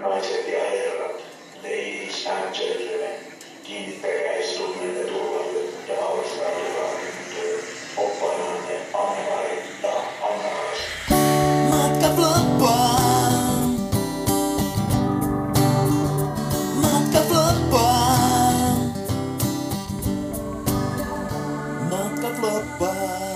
naiset ja herrat, ladies and gentlemen, kiinnittäkää istuimenne turvavyöt ja valmistautukaa tyttöön. Oppaananne Anne-Mari ja Anna-Kaisa. Matka floppaa. Matka floppaa. Matka floppaa.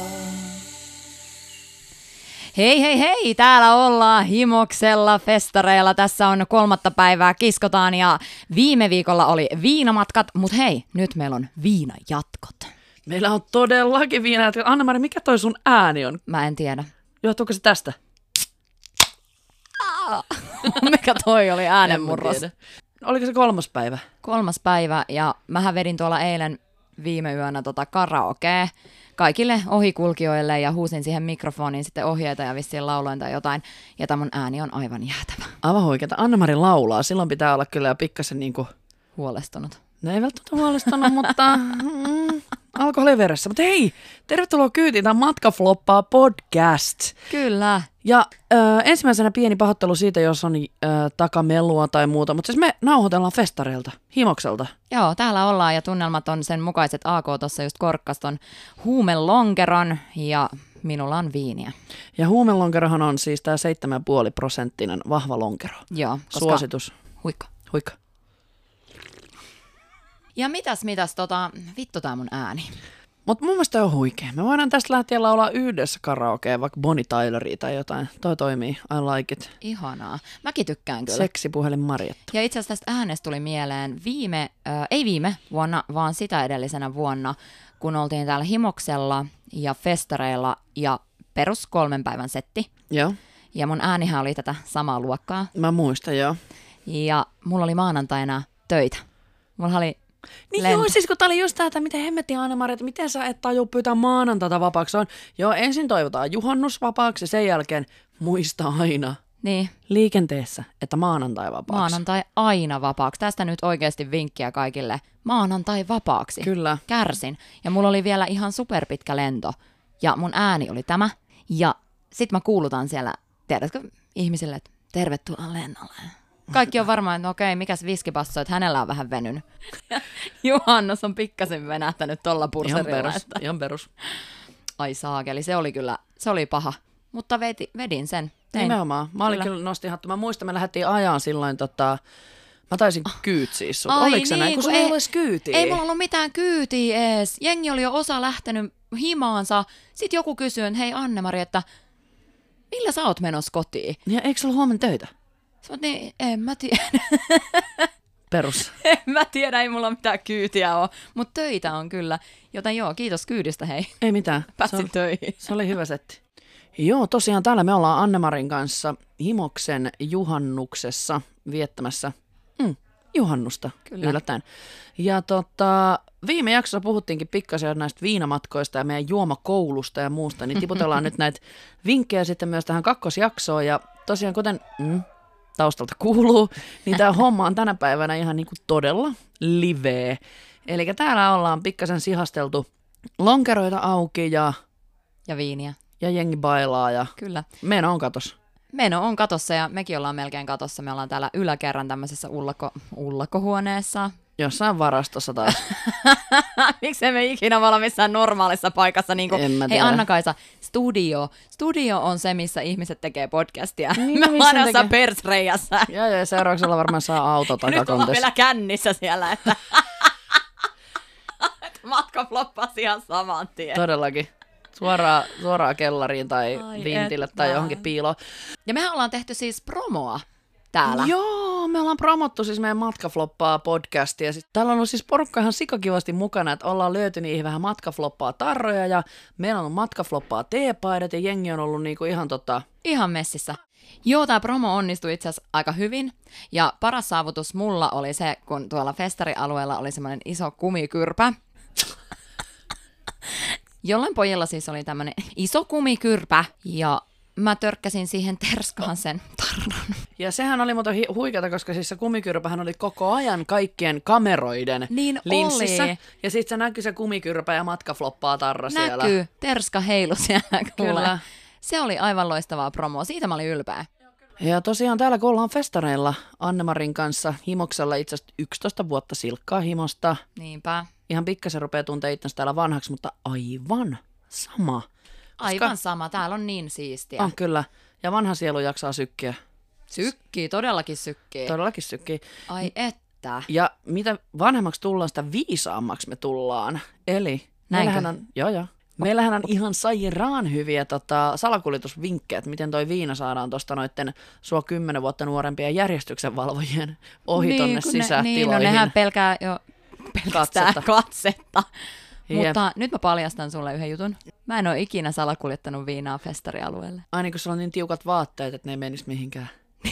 Hei hei hei, täällä ollaan Himoksella festareilla. Tässä on 3. päivää kiskotaan ja viime viikolla oli viinamatkat, mutta hei, nyt meillä on viinajatkot. Meillä on todellakin viinajatkot. Anna-Mari, mikä toi sun ääni on? Mä en tiedä. Johtuuko se tästä? Mikä toi oli äänenmurros? Oliko se 3. päivä? 3. päivä ja mähän vedin tuolla eilen viime yönä karaokea kaikille ohikulkijoille ja huusin siihen mikrofoniin sitten ohjeita ja vissiin lauloin tai jotain. Ja tämä mun ääni on aivan jäätävä. Aivan huikeeta. Anna-Mari laulaa. Silloin pitää olla kyllä jo pikkasen niinku... Huolestunut. No ei välttämättä huolestunut, mutta alkoholi veressä. Mutta hei, tervetuloa kyytiin. Tämä on Matka floppaa podcast. Kyllä. Ja ensimmäisenä pieni pahoittelu siitä, jos on takamelua tai muuta. Mutta siis me nauhoitellaan festareilta, Himokselta. Joo, täällä ollaan ja tunnelmat on sen mukaiset. AK tuossa just korkkas ton huumelonkeron ja minulla on viiniä. Ja huumelonkerohan on siis tämä 7,5% vahva lonkero. Joo, koska... Suositus. Huikka. Huikka. Ja mitäs, vittu tää mun ääni. Mutta mun mielestä on huikea. Me voidaan tästä lähtien laulaa yhdessä karaokea, vaikka Bonnie Tyleria tai jotain. Toi toimii. I like it. Ihanaa. Mäkin tykkään kyllä. Seksipuhelin Marjetta. Ja itse asiassa tästä äänestä tuli mieleen ei viime vuonna, vaan sitä edellisenä vuonna, kun oltiin täällä Himoksella ja festareilla ja perus 3 päivän setti. Joo. Ja mun äänihän oli tätä samaa luokkaa. Mä muistan, joo. Ja mulla oli maanantaina töitä. Mulla oli Niin lento. joo, siis kun tää oli just tää, että miten hemmettiin Anne-Mari, että miten sä et tajua pyytää maanantaita vapaaksi. On, joo, ensin toivotaan juhannus vapaaksi ja sen jälkeen muista aina Niin, liikenteessä, että maanantai vapaaksi. maanantai aina vapaaksi. Tästä nyt oikeasti vinkkiä kaikille. Maanantai vapaaksi. Kyllä. Kärsin. Ja mulla oli vielä ihan superpitkä lento. Ja mun ääni oli tämä. Ja sit mä kuulutan siellä, tiedätkö, ihmisille, että tervetuloa lennolle. Kaikki on varmaan, että okei, mikäs viskipasso, että hänellä on vähän venynyt. Juhannus on pikkasen venähtänyt tolla purserilla. Ihan perus. Ai saakeli, se oli paha. Mutta vedin sen. Tein. Nimenomaan. Mä olin kyllä nostin hattu. Mä muistan, me lähdettiin ajaan silloin, mä taisin kyytsiä sut. Oliko se näin, kun sulla ei olisi kyytiä? Ei mulla ollut mitään kyytiä ees. Jengi oli jo osa lähtenyt himaansa. Sitten joku kysyi, että hei Anne-Mari, että millä sä oot menossa kotiin? Ja eikö sulla huomenna töitä? Sanoin, niin, en mä tiedä. Perus. En mä tiedä, ei mulla mitään kyytiä ole, mutta töitä on kyllä. Joten joo, kiitos kyydistä, hei. Ei mitään. Pääsin töihin. Se oli hyvä setti. Joo, tosiaan täällä me ollaan Anne-Marin kanssa Himoksen juhannuksessa viettämässä juhannusta, Kyllä. yllättäen. Ja viime jaksossa puhuttiinkin pikkasen näistä viinamatkoista ja meidän juomakoulusta ja muusta, niin tiputellaan nyt näitä vinkkejä sitten myös tähän kakkosjaksoon. Ja tosiaan kuten taustalta kuuluu, niin tämä homma on tänä päivänä ihan niin kuin todella live. Eli täällä ollaan pikkasen sihasteltu lonkeroita auki ja viiniä. ja jengi bailaa ja Kyllä. meno on katos. Meno on katossa ja mekin ollaan melkein katossa. Me ollaan täällä yläkerran tämmöisessä ullakkohuoneessa. Jossain varastossa taas. Miksei me ikinä olla missään normaalissa paikassa? Niin kuin, En mä hei tiedä. Anna-Kaisa, studio. Studio on se, missä ihmiset tekee podcastia. Niin, Me missä ollaan ne jossain tekee? persreijässä. Ja seuraavaksella varmaan saa auto Nyt ollaan takakontessa. vielä kännissä siellä, että matka floppasi ihan saman tien. Todellakin. Suoraan kellariin tai Ai vintille että. tai johonkin piiloon. Ja mehän ollaan tehty siis promoa täällä. Joo, me ollaan promottu siis meidän Matkafloppaa podcastia. Täällä on ollut siis porukka ihan sikakivasti mukana, että ollaan löyty niihin vähän Matkafloppaa tarroja ja meillä on ollut Matkafloppaa teepaidat ja jengi on ollut niinku ihan Ihan messissä. Joo, tämä promo onnistui itse asiassa aika hyvin. Ja paras saavutus mulla oli se, kun tuolla festarialueella oli semmoinen iso kumikyrpä. Jollain pojilla siis oli tämmöinen iso kumikyrpä ja mä törkkäsin siihen terskaan sen tarran. Ja sehän oli muuten huikeata, koska siis se kumikyrpähän oli koko ajan kaikkien kameroiden Niin linssissä. oli. Ja sitten se näkyi se kumikyrpä ja Matkafloppaa tarra siellä. Näkyy, terska heilu siellä. Kuule. Kyllä. Se oli aivan loistavaa promoa. Siitä mä olin ylpeä. Ja tosiaan täällä kun ollaan festareilla Annemarin kanssa himoksella itse asiassa 11 vuotta silkkaa himosta. Niinpä. Ihan pikkasen rupeaa tuntea itsensä täällä vanhaksi, mutta aivan sama. Aivan sama. Täällä on niin siistiä. On kyllä. Ja vanha sielu jaksaa sykkiä. Sykkii, todellakin sykkii. Todellakin sykkii. Ai että. Ja mitä vanhemmaksi tullaan, sitä viisaammaksi me tullaan. Eli meillähän on, meillähän on ihan sairaan hyviä salakuljetusvinkkejä, että miten toi viina saadaan tuosta noitten sua 10 vuotta nuorempien järjestyksenvalvojien ohi tonne sisätiloihin. No nehän pelkää jo pelkästään katsetta. Mutta nyt mä paljastan sulle yhden jutun. Mä en ole ikinä salakuljettanut viinaa festarialueelle. Aina kun sulla on niin tiukat vaatteet, että ne ei menisi mihinkään.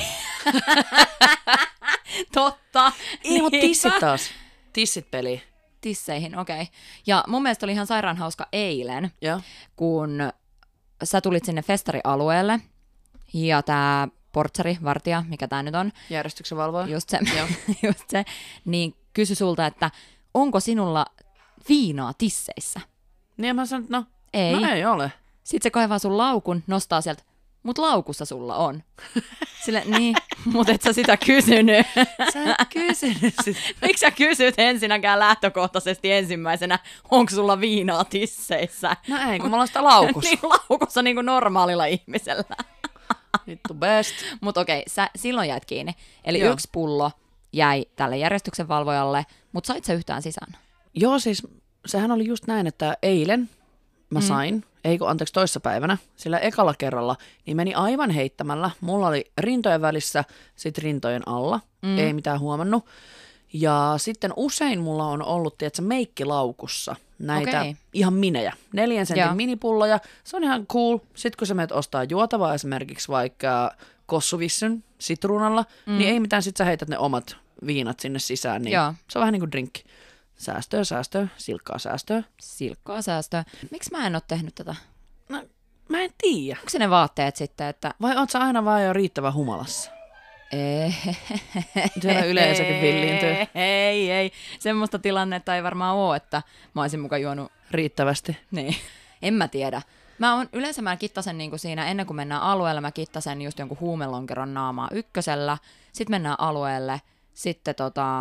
Totta. Ei, mutta tissit taas. Tissit peliin. Tisseihin, okei. Okay. Ja mun mielestä oli ihan sairaan hauska eilen, Joo. kun sä tulit sinne festarialueelle ja tää portsari, vartija, mikä tää nyt on. Järjestyksen valvoja. Just se, just se. Niin kysy sulta, että onko sinulla viinaa tisseissä? Niin mä sanoin, että Ei. No ei ole. Sitten se kaivaa sun laukun, nostaa sieltä, mut laukussa sulla on. Sille, niin, mut et sä sitä kysynyt. Sä et kysynyt sitä. Miksi sä kysyt ensinnäkään lähtökohtaisesti ensimmäisenä, onko sulla viinaa tisseissä? No ei, kun mulla on sitä laukussa. Niin laukussa niin kuin normaalilla ihmisellä. Vittu best. Mutta okei, sä silloin jäit kiinni. Eli Joo. 1 pullo jäi tälle järjestyksenvalvojalle, mutta sait sä yhtään sisään? Joo, siis sehän oli just näin, että eilen mä sain, toissapäivänä, sillä ekalla kerralla, niin meni aivan heittämällä. Mulla oli rintojen välissä, sit rintojen alla, ei mitään huomannut. Ja sitten usein mulla on ollut, tiedätkö, meikkilaukussa näitä ihan minejä, 4 sentin minipulloja. Se on ihan cool. Sitten kun sä menet ostaa juotavaa esimerkiksi vaikka kossuvissyn sitruunalla, niin ei mitään, sit sä heität ne omat viinat sinne sisään, niin se on vähän niin kuin drinkki. Säästöä, silkkaa säästöä. Silkkaa säästöä. Miksi mä en ole tehnyt tätä? No, mä en tiedä. Onko se ne vaatteet sitten, että... Vai oot sä aina vaan jo riittävän humalassa? Ei. Siellä yleensäkin villiintyy. Ei. Semmoista tilannetta ei varmaan ole, että mä olisin muka juonut... Riittävästi. Niin. En mä tiedä. Yleensä mä kittasen niin kuin siinä, ennen kuin mennään alueelle, mä kittasen just jonkun huumelonkeron naamaa 1. Sitten mennään alueelle, sitten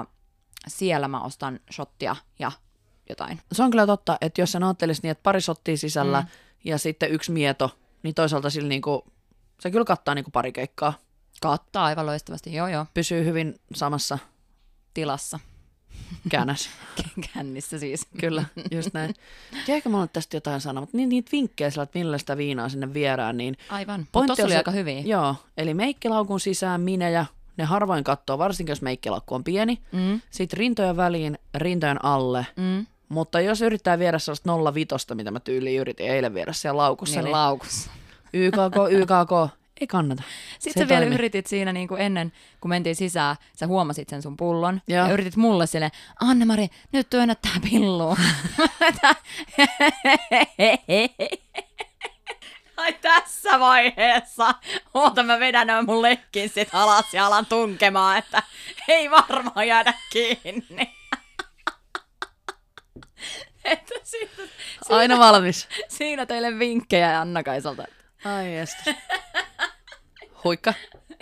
siellä mä ostan shottia ja jotain. Se on kyllä totta, että jos sä ajattelisit niin, että pari shottia sisällä ja sitten 1 mieto, niin toisaalta sillä niinku, se kyllä kattaa niinku pari keikkaa. Kattaa aivan loistavasti, joo. Pysyy hyvin samassa tilassa. Käännässä. Kännissä siis. Kyllä, just näin. Tiedätkö mä nyt tästä jotain sanoa, mutta niitä vinkkejä sillä, että millä sitä viinaa sinne viedään, niin... Aivan, mutta tossa oli aika hyviä. Joo, eli meikkilaukun sisään minejä, ne harvoin kattoo, varsinkin jos meikkilaukku on pieni. Sitten rintojen väliin, rintojen alle. Mutta jos yrittää viedä sellaista 0,5, mitä mä tyyliin yritin eilen viedä siellä laukussa, niin laukussa. YKK, ei kannata. Sitten sä vielä yritit siinä niin kuin ennen, kun mentiin sisään, sä huomasit sen sun pullon. Ja yritit mulle silleen, Anne-Mari, nyt työnnät tää pilluun. Ai tässä vaiheessa. Oota, mä vedän mun lekkin sit alas ja alan tunkemaan, että ei varmaan jäädä kiinni. Että aina valmis. Siinä teille vinkkejä Anna-Kaisalta. Ai jästä. Huikka.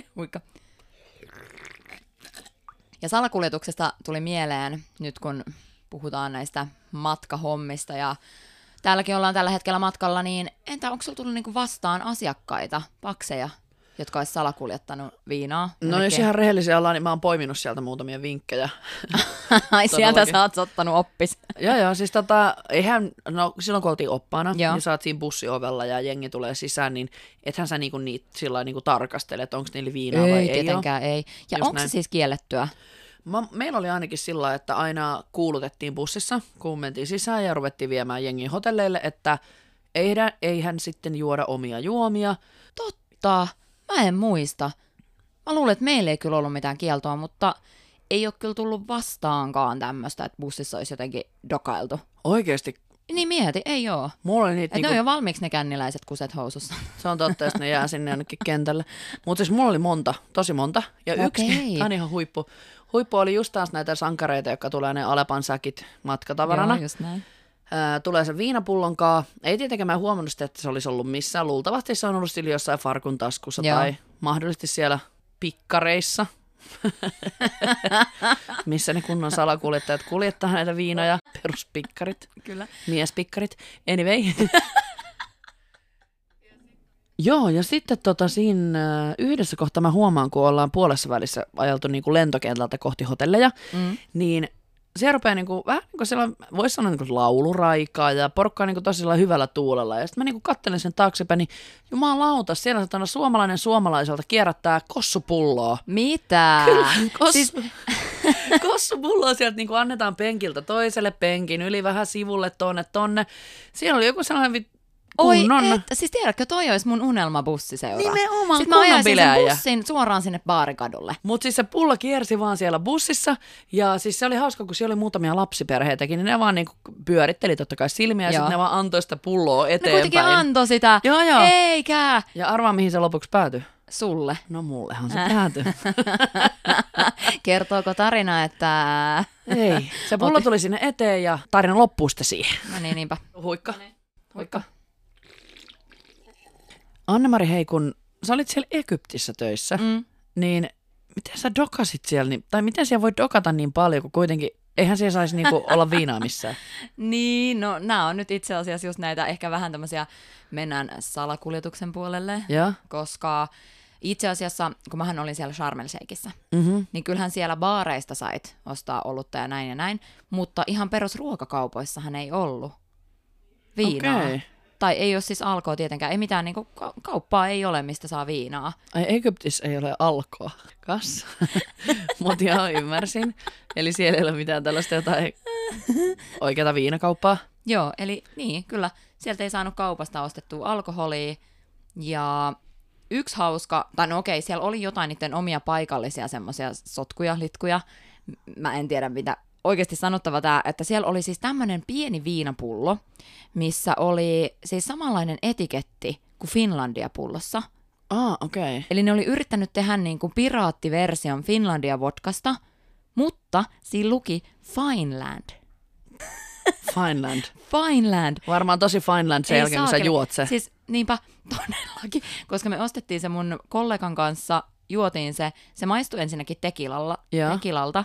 Ja salakuljetuksesta tuli mieleen, nyt kun puhutaan näistä matkahommista ja täälläkin ollaan tällä hetkellä matkalla, niin entä onko sulla tullut niinku vastaan asiakkaita, pakseja, jotka olisi salakuljettanut viinaa? No jos ihan rehellisiä ollaan, niin mä oon poiminut sieltä muutamia vinkkejä. Ai sieltä sä oot ottanut oppis. Joo, siis silloin kun oltiin oppaana, niin sä oot siinä bussiovella ja jengi tulee sisään, niin ethän sä niitä sillä niinku tarkastele, että onko niillä viinaa vai ei ole. Tietenkään ei. Ja onko se siis kiellettyä? Meillä oli ainakin sillä, että aina kuulutettiin bussissa, kun mentiin sisään ja ruvettiin viemään jengiä hotelleille, että eihän sitten juoda omia juomia. Totta, mä en muista. Mä luulen, että meillä ei kyllä ollut mitään kieltoa, mutta ei ole kyllä tullut vastaankaan tämmöistä, että bussissa olisi jotenkin dokailtu. Oikeesti? Niin mieti, ei oo. Mulla oli niitä ne on jo valmiiksi ne känniläiset kuset housussa. Se on totta, jos ne jää sinne jonnekin kentälle. Mutta siis mulla oli tosi monta. Ja yksi, tää on ihan huippu. Huippu oli just taas näitä sankareita, jotka tulee ne Alepan säkit matkatavarana. Joo, just näin. Tulee se viinapullonkaa. Ei tietenkään mä huomannut sitä, että se olisi ollut missään. Luultavasti se on ollut sillä jossain farkun taskussa tai mahdollisesti siellä pikkareissa, missä ne kunnon salakuljettajat kuljettaa näitä viinoja, peruspikkarit, Kyllä. miespikkarit, anyway. Joo, ja sitten siinä yhdessä kohtaa mä huomaan, kun ollaan puolessa välissä ajeltu niin kuin lentokentältä kohti hotelleja, niin se rupeaa niin kuin, vähän niin kuin siellä, voisi sanoa niin kuin lauluraikaa ja porukkaa niin kuin tosi hyvällä tuulella. Ja sitten mä niin kuin katselen sen taaksepäin, niin jumalauta, siellä satana suomalainen suomalaiselta kierrättää kossupulloa. Mitä? Siis, Kossupulloa sieltä niin kuin annetaan penkiltä toiselle penkin, yli vähän sivulle tonne. Siellä oli joku sellainen kunnon. oi, että, siis tiedätkö, toi olisi mun unelmabussi-seura. Nimenomaan Sitten mä ajaisin sen bileäjä. bussin suoraan sinne baarikadulle. Mutta siis se pullo kiersi vaan siellä bussissa ja siis se oli hauska, kun siellä oli muutamia lapsiperheitäkin, niin ne vaan niinku pyöritteli totta kai silmiä ja Joo. sitten ne vaan antoi sitä pulloa Ne eteenpäin. kuitenkin antoi sitä. Joo, joo. Eikä. Ja arvaa, mihin se lopuksi päätyi. Sulle. No mullehan se päätyi. Kertooko tarina, että... Ei, se pullo tuli sinne eteen ja tarina loppuu sitten siihen. No niin, niinpä. Huikka. Huikka. Anne-Mari, hei, kun sä olit siellä Egyptissä töissä, niin miten sä dokasit siellä, tai miten siellä voi dokata niin paljon, kun kuitenkin, eihän siellä saisi niinku olla viinaa missään. Niin, no nämä on nyt itse asiassa just näitä ehkä vähän tämmöisiä mennään salakuljetuksen puolelle, Joo. koska itse asiassa, kun mähän olin siellä Sharm el Sheikissä, niin kyllähän siellä baareista sait ostaa olutta ja näin, mutta ihan perusruokakaupoissahan ei ollut viinaa. Okei. Tai ei ole siis Alkoa tietenkään, ei mitään niinku, kauppaa ei ole, mistä saa viinaa. Ai Egyptissä ei ole Alkoa. Kas. Mut joo, ymmärsin. Eli siellä ei ole mitään tällaista jotain oikeata viinakauppaa. Joo, eli niin, kyllä. Sieltä ei saanut kaupasta ostettua alkoholia. Ja yksi hauska, tai no okei, siellä oli jotain niiden omia paikallisia semmoisia sotkuja, litkuja. Mä en tiedä, mitä oikeasti sanottava tämä, että siellä oli siis tämmöinen pieni viinapullo, missä oli siis samanlainen etiketti kuin Finlandia-pullossa. Okei. Okay. Eli ne oli yrittänyt tehdä niin kuin piraattiversion Finlandia-vodkasta, mutta siinä luki Fineland. Fineland. Fineland. Varmaan tosi Fineland sen Ei jälkeen, kun sä saakeli. juot se. Siis niinpä, todellakin, koska me ostettiin se mun kollegan kanssa, juotiin se maistui ensinnäkin tekilalta,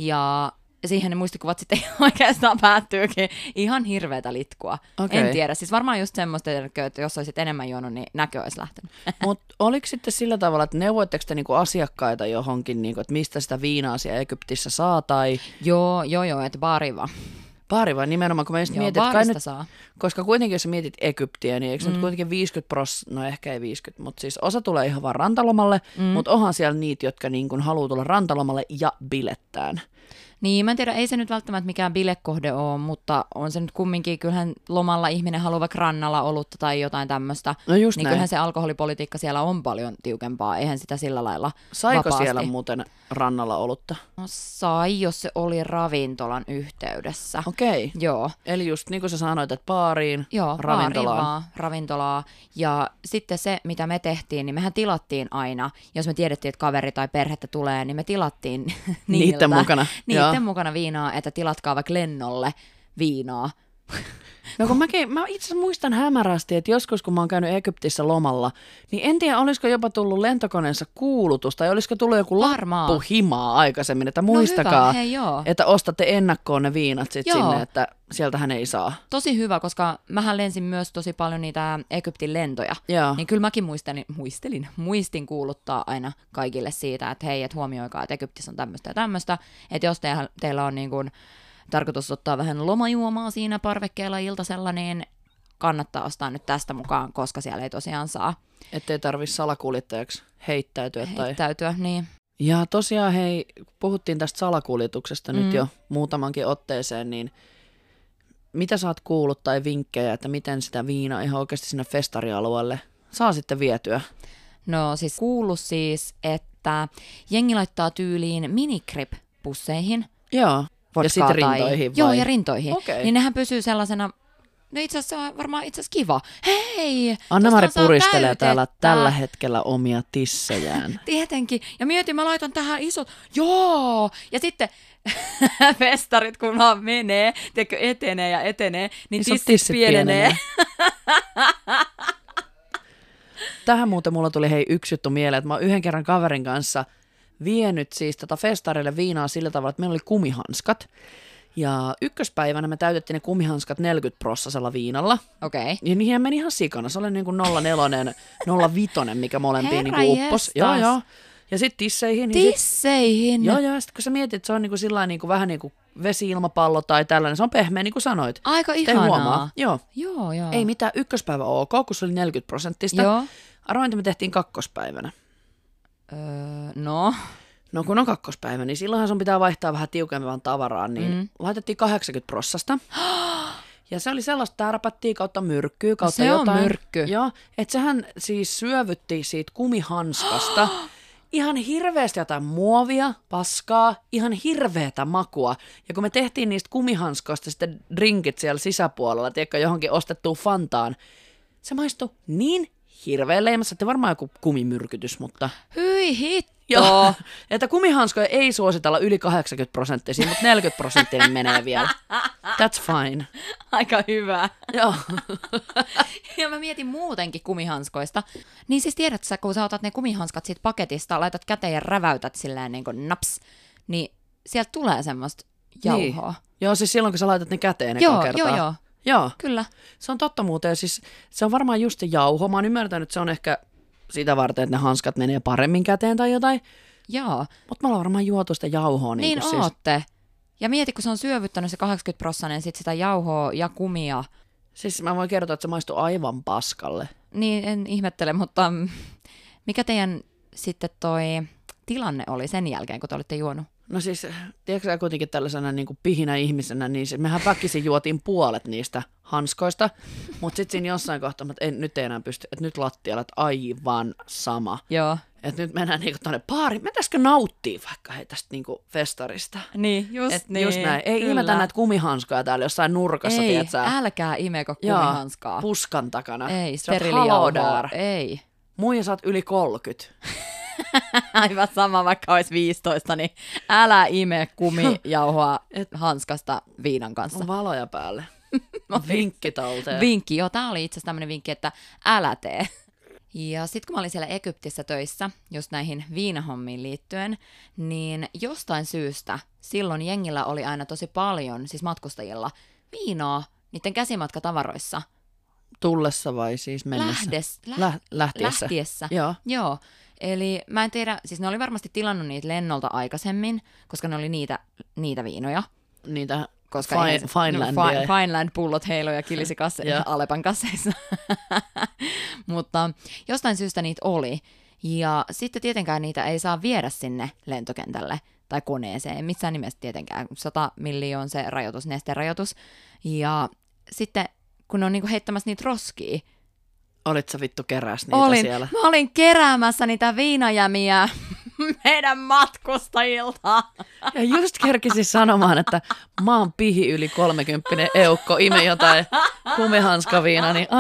ja siihen ne muistikuvat sitten oikeastaan päättyykin ihan hirveätä litkua. Okei. En tiedä, siis varmaan just semmoista, että jos olisit enemmän juonut, niin näkö olisi lähtenyt. Mutta oliko sitten sillä tavalla, että neuvoitteko te niinku asiakkaita johonkin, niinku, että mistä sitä viinaa siellä Egyptissä saa, tai Joo, että baari vaan. baari vai nimenomaan, kun mä just Joo, mietin, että kai baarista nyt, saa. koska kuitenkin jos sä mietit Egyptiä, niin eikö nyt kuitenkin 50%, no ehkä ei 50, mutta siis osa tulee ihan vaan rantalomalle, mutta onhan siellä niitä, jotka niin kuin haluaa tulla rantalomalle ja bilettään. Niin, mä en tiedä, ei se nyt välttämättä mikään bilekohde ole, mutta on se nyt kumminkin, kyllähän lomalla ihminen haluaa vaikka rannalla olutta tai jotain tämmöistä. No just niin näin. kyllähän se alkoholipolitiikka siellä on paljon tiukempaa, eihän sitä sillä lailla Saiko vapaasti. siellä muuten rannalla olutta? No, sai, jos se oli ravintolan yhteydessä. Okei. Joo. Eli just niin kuin sä sanoit, että baariin, Joo, ravintolaan. baariin vaan, ravintolaa. Ja sitten se, mitä me tehtiin, niin mehän tilattiin aina, jos me tiedettiin, että kaveri tai perhettä tulee, niin me tilattiin Niitten mukana. Joo. Niitten mukana viinaa, että tilatkaa vaikka lennolle viinaa. No kun mä itse asiassa muistan hämärästi, että joskus kun mä oon käynyt Egyptissä lomalla, niin en tiedä, olisiko jopa tullut lentokoneessa kuulutus, tai olisiko tullut joku Varmaan. lappu himaa aikaisemmin, että No muistakaa, hyvä, hei joo. että ostatte ennakkoon ne viinat sit Joo. sinne, että sieltähän ei saa. Tosi hyvä, koska mähän lensin myös tosi paljon niitä Egyptin lentoja. Joo. Niin kyllä mäkin muistin kuuluttaa aina kaikille siitä, että hei, että huomioikaa, että Egyptissä on tämmöistä ja tämmöistä. Että jos teillä on niin kuin tarkoitus ottaa vähän lomajuomaa siinä parvekkeella iltasella, niin kannattaa ostaa nyt tästä mukaan, koska siellä ei tosiaan saa Ettei tarvitse salakuljettajaksi heittäytyä. heittäytyä. Niin. Ja tosiaan hei, puhuttiin tästä salakuljetuksesta nyt jo muutamankin otteeseen, niin mitä sä oot kuullut tai vinkkejä, että miten sitä viinaa ihan oikeasti sinne festarialueelle saa sitten vietyä? No siis kuullut siis, että jengi laittaa tyyliin minikrip-pusseihin. Joo, ja vodkaa sitten rintoihin Joo, vai? ja rintoihin. Okei. Niin nehän pysyy sellaisena, no itse asiassa on varmaan itse asiassa kiva. Hei! Anne-Mari tosta saa puristelee täällä täytettä. tällä hetkellä omia tissejään. Tietenkin. Ja mietin, mä laitan tähän isot. Joo! Ja sitten festarit, kun vaan menee, tiedätkö, etenee, niin Isot tissit tissit pienenee. tähän muuten mulla tuli yksi juttu mieleen, että mä oon yhden kerran kaverin kanssa vienyt siis festarille viinaa sillä tavalla, että meillä oli kumihanskat. Ja ykköspäivänä me täytettiin ne kumihanskat 40% viinalla. Okei. Ja niihin meni ihan sikana. Se oli niin kuin 04, 05, mikä molempiin niin kuin uppos. Herranjestas. Joo. Ja sitten tisseihin. Tisseihin? Joo, ja sitten kun sä mietit, että se on niin kuin sillain niin kuin vähän niin kuin vesi-ilmapallo tai tällainen, se on pehmeä, niin kuin sanoit. Aika Ei ihanaa. huomaa. Joo. Joo. Ei mitään, ykköspäivä ok, kun se oli 40%. Joo. Arvoin, että me tehtiin kakkospäivänä. No. No kun on kakkospäivä, niin silloinhan sun pitää vaihtaa vähän tiukempaan tavaraa, niin laitettiin 80%. Ja se oli sellaista, tärpättiin kautta myrkkyä, kautta se jotain. on myrkky. Joo, että sehän siis syövytti siitä kumihanskasta ihan hirveästi jotain muovia, paskaa, ihan hirveätä makua. Ja kun me tehtiin niistä kumihanskoista sitten drinkit siellä sisäpuolella, tiedätkö, johonkin ostettuun Fantaan, se maistui niin hirveän leimassa, että varmaan joku kumimyrkytys, mutta... Hyi hitto. Joo, että kumihanskoja ei suositella yli 80%, mutta 40% menee vielä. That's fine. Aika hyvä. Joo. Ja mä mietin muutenkin kumihanskoista. Niin siis tiedätkö sä, kun sä otat ne kumihanskat siitä paketista, laitat käteen ja räväytät silleen niin kuin naps, niin sieltä tulee semmoista jauhoa. Niin. Joo, siis silloin kun sä laitat ne käteen Joo, kertaa. joo. Kyllä. Se on totta muuten. Siis se on varmaan just se jauho. Mä oon ymmärtänyt, että se on ehkä sitä varten, että ne hanskat menee paremmin käteen tai jotain. Joo. Mutta me ollaan varmaan juotu sitä jauhoa. Niin siis. ootte. Ja mieti, kun se on syövyttänyt se 80%, niin sit sitä jauhoa ja kumia. Siis mä voin kertoa, että se maistuu aivan paskalle. Niin, en ihmettele, mutta mikä teidän sitten toi tilanne oli sen jälkeen, kun te olitte juonut? No siis, tiedätkö sä kuitenkin tällaisena niin kuin pihinä ihmisenä, niin mehän väkisin juotiin puolet niistä hanskoista, mutta sitten siinä jossain kohtaa, että nyt ei enää pysty, että nyt lattialla, että aivan sama. Joo. Että nyt mennään niinku tuonne baariin, mentäisikö nauttia vaikka tästä niinku festarista? Niin, just niin. Just näin. Ei imetä näitä kumihanskoja täällä jossain nurkassa, ei, tiedätkö? älkää imeko kumihanskaa. Puskan takana. Ei, Sä oot steriilijauhoa. Ei. Muija, sä oot yli 30. Aivan sama, vaikka olisi 15, niin älä ime kumijauhoa hanskasta viinan kanssa. On valoja päälle. Vinkki talteen. Vinkki, joo, tää oli itse asiassa tämmöinen vinkki, että älä tee. Ja sitten kun mä olin siellä Egyptissä töissä, just näihin viinahommiin liittyen, niin jostain syystä silloin jengillä oli aina tosi paljon, siis matkustajilla, viinaa niiden käsimatkatavaroissa. Tullessa vai siis mennessä? Lähtiessä. Lähtiessä. Joo. Eli mä en tiedä, siis ne oli varmasti tilannut niitä lennolta aikaisemmin, koska ne oli niitä viinoja. Niitä Koska Finelandia. Fineland-pullot heiloja kilisi Alepan kasseissa. Mutta jostain syystä niitä oli. Ja sitten tietenkään niitä ei saa viedä sinne lentokentälle tai koneeseen. Missään nimessä tietenkään. 100 miljoonaa on se rajoitus, nesterajoitus. Ja sitten kun ne on niinku heittämässä niitä roskia. Olit sä vittu keräs niitä siellä? Mä olin keräämässä niitä viinajämiä meidän matkustajilta. Ja just kerkisin sanomaan, että mä oon pihi yli 30 eukko, ime jotain kumihanskaviina, niin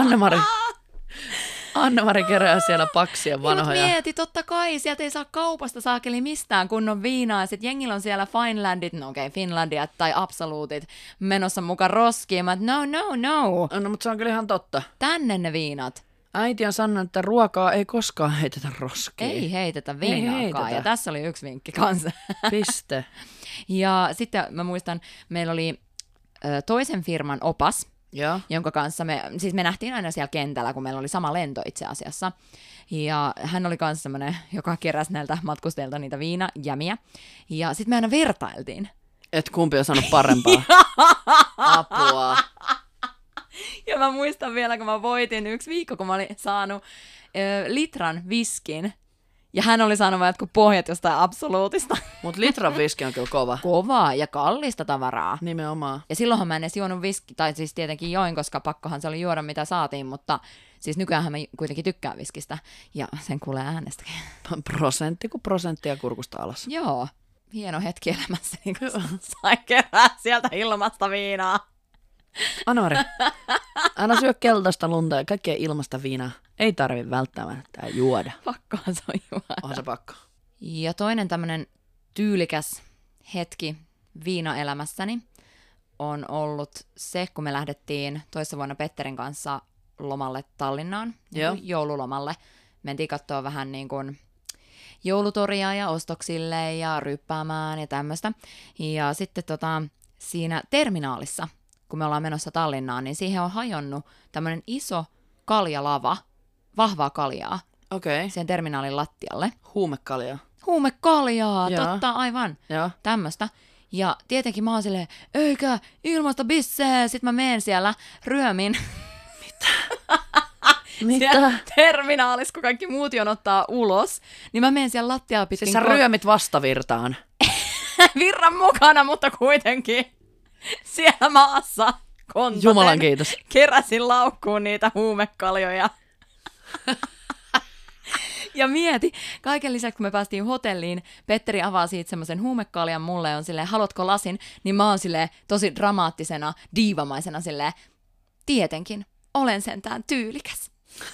Anne-Mari kerää siellä paksien vanhoja. Mut mieti, totta kai, sieltä ei saa kaupasta saakeli mistään kunnon viinaa. Sitten jengillä on siellä Finelandit, Finlandia tai Absolutit menossa mukaan roskiin. Mä no. No, mutta se on kyllä ihan totta. Tänne ne viinat. Äiti on sanonut, että ruokaa ei koskaan heitetä roskiin. Ei heitetä viinaakaan. Ja tässä oli yksi vinkki kanssa. Piste. Ja sitten mä muistan, meillä oli toisen firman opas, jonka kanssa me nähtiin aina siellä kentällä, kun meillä oli sama lento itse asiassa. Ja hän oli kanssa semmoinen, joka keräsi näiltä matkustajilta niitä viinajämiä. Ja sitten me aina vertailtiin. Et kumpi on saanut parempaa? Apua. Ja mä muistan vielä, kun mä voitin yksi viikko, kun mä olin saanut litran viskin. Ja hän oli saanut vaan jotkut pohjat jostain Absoluutista. Mutta litran viski on kyllä kova. Kovaa ja kallista tavaraa. Nimenomaan. Ja silloinhan mä en edes juonut viski, tai siis tietenkin join, koska pakkohan se oli juoda mitä saatiin, mutta siis nykyäänhän mä kuitenkin tykkään viskistä. Ja sen kuulee äänestäkin. Prosentti kuin prosenttia kurkusta alas. Joo, hieno hetki elämässä, niin kun sain kerää sieltä ilmasta viinaa. Anna-Mari, anna syö keltaista lunta ja kaikkea ilmasta viinaa. Ei tarvitse välttämättä juoda. Pakkohan se on juoda. On se pakko. Ja toinen tämmöinen tyylikäs hetki viinaelämässäni on ollut se, kun me lähdettiin toissa vuonna Petterin kanssa lomalle Tallinnaan, joululomalle mentiin katsoa vähän niin kuin joulutoria ja ostoksille ja ryppäämään ja tämmöistä. Ja sitten siinä terminaalissa, kun me ollaan menossa Tallinnaan, niin siihen on hajonnut tämmöinen iso kaljalava, vahvaa kaljaa, siihen terminaalin lattialle. Huumekaljaa. Huumekaljaa, Joo. totta, aivan. Joo. Tämmöstä. Ja tietenkin mä oon silleen, eikä ilmasta bissee. Sitten mä menen siellä ryömin. Siellä terminaalissa, kun kaikki muut jonottaa ulos, niin mä menen siellä lattiaa pitkin. Siis sä ryömit vastavirtaan. Virran mukana, mutta kuitenkin siellä maassa kontaten. Jumalan kiitos. Keräsin laukkuun niitä huumekaljoja. Ja mieti, kaiken lisäksi kun me päästiin hotelliin, Petteri avaa siitä semmoisen huumekaljan mulle, on silleen, haluatko lasin? Niin mä oon silleen tosi dramaattisena, diivamaisena silleen, tietenkin, olen sentään tyylikäs.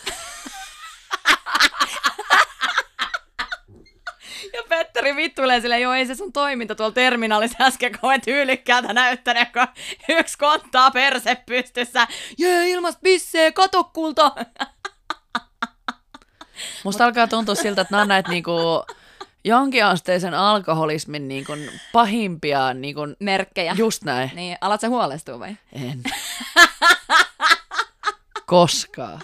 Ja Petteri vittuilee silleen, joo ei se sun toiminta tuolla terminaalissa äsken kauan tyylikkäältä näyttänyt, kun yksi konttaa perse pystyssä. Jee, ilmast bissee, kato kulta! Musta alkaa tuntua siltä, että nämä on näitä niinku jonkinasteisen alkoholismin niinku pahimpia niinku, Merkkejä. just näin. Niin, alat sä huolestua vai? En. Koskaan.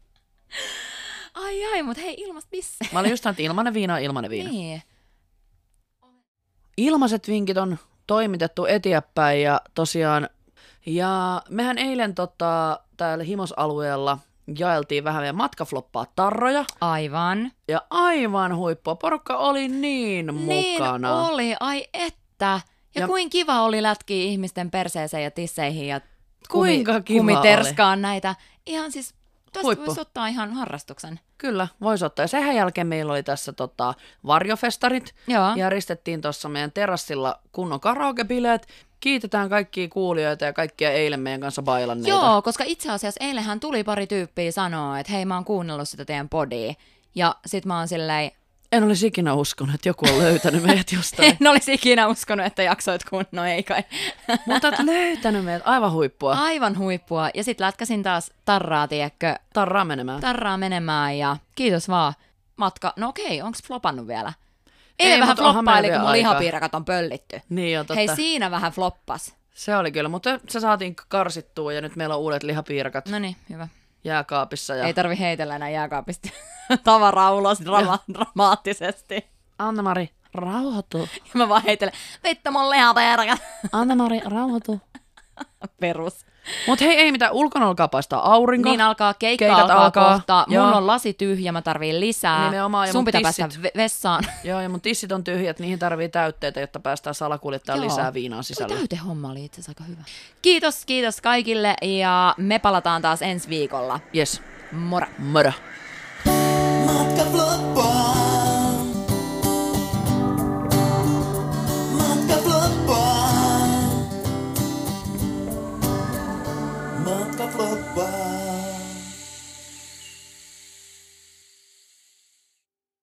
Ai, mut hei, ilmast bissee. Mä olin just sanonut, että ilmanen viina on ilmanen viina. Niin. Ilmaiset vinkit on toimitettu eteenpäin ja tosiaan, ja mehän eilen täällä Himosalueella jaeltiin vähän meidän matkafloppaa tarroja. Aivan. Ja aivan huippua. Porukka oli niin mukana. Niin oli, ai että. Ja kuin kiva oli lätkiä ihmisten perseeseen ja tisseihin ja Kuinka kiva kumiterskaan näitä. Ihan siis, tästä Huippu. voisi ottaa ihan harrastuksen. Kyllä, voisi ottaa. Ja sen jälkeen meillä oli tässä varjofestarit. Joo. Järjestettiin tuossa meidän terassilla kunnon karaokebileet. Kiitetään kaikkia kuulijoita ja kaikkia eilen meidän kanssa bailanneita. Joo, koska itse asiassa eilenhän tuli pari tyyppiä sanoa, että hei mä oon kuunnellut sitä teidän podia. Ja sit mä oon silleen, En olisi ikinä uskonut, että joku on löytänyt meidät jostain. en olisi ikinä uskonut, että jaksoit kunnon, ei kai. Mutta et löytänyt meidät, aivan huippua. Aivan huippua. Ja sit lätkäsin taas tarraa, tiedätkö, Tarraa menemään. tarraa menemään ja kiitos vaan. Matka, no okei, onks flopannut vielä? Ei, Ei vähän mutta onhan floppaili, meillä kun mun vielä aikaa. lihapiirakat on pöllitty. Niin on totta. Hei, siinä vähän floppas. Se oli kyllä, mutta se saatiin karsittua ja nyt meillä on uudet lihapiirakat No niin, hyvä. jääkaapissa. Ja Ei tarvi heitellä enää jääkaapista tavaraa ulos dramaattisesti. Anna-Mari, rauhoitu. Ja mä vaan heitelen, vittu mun lihapiirakat. Anna-Mari, rauhoitu. Perus. Mut hei, ei mitään, ulkona alkaa paistaa aurinko. Niin alkaa, keikka Keikat alkaa kohta. Joo. Mun on lasi tyhjä, mä tarviin lisää. Nimenomaan, ja Sun mun pitää tissit. päästä vessaan. Joo, ja mun tissit on tyhjät, niihin tarvii täytteitä, jotta päästään salakuljettaa Joo. lisää viinaa Tuo sisälle. täytehomma oli itse asiassa aika hyvä. Kiitos kaikille ja me palataan taas ensi viikolla. Yes, Moro! moro. Matka floppaan. Matka floppaan. Matka floppaan.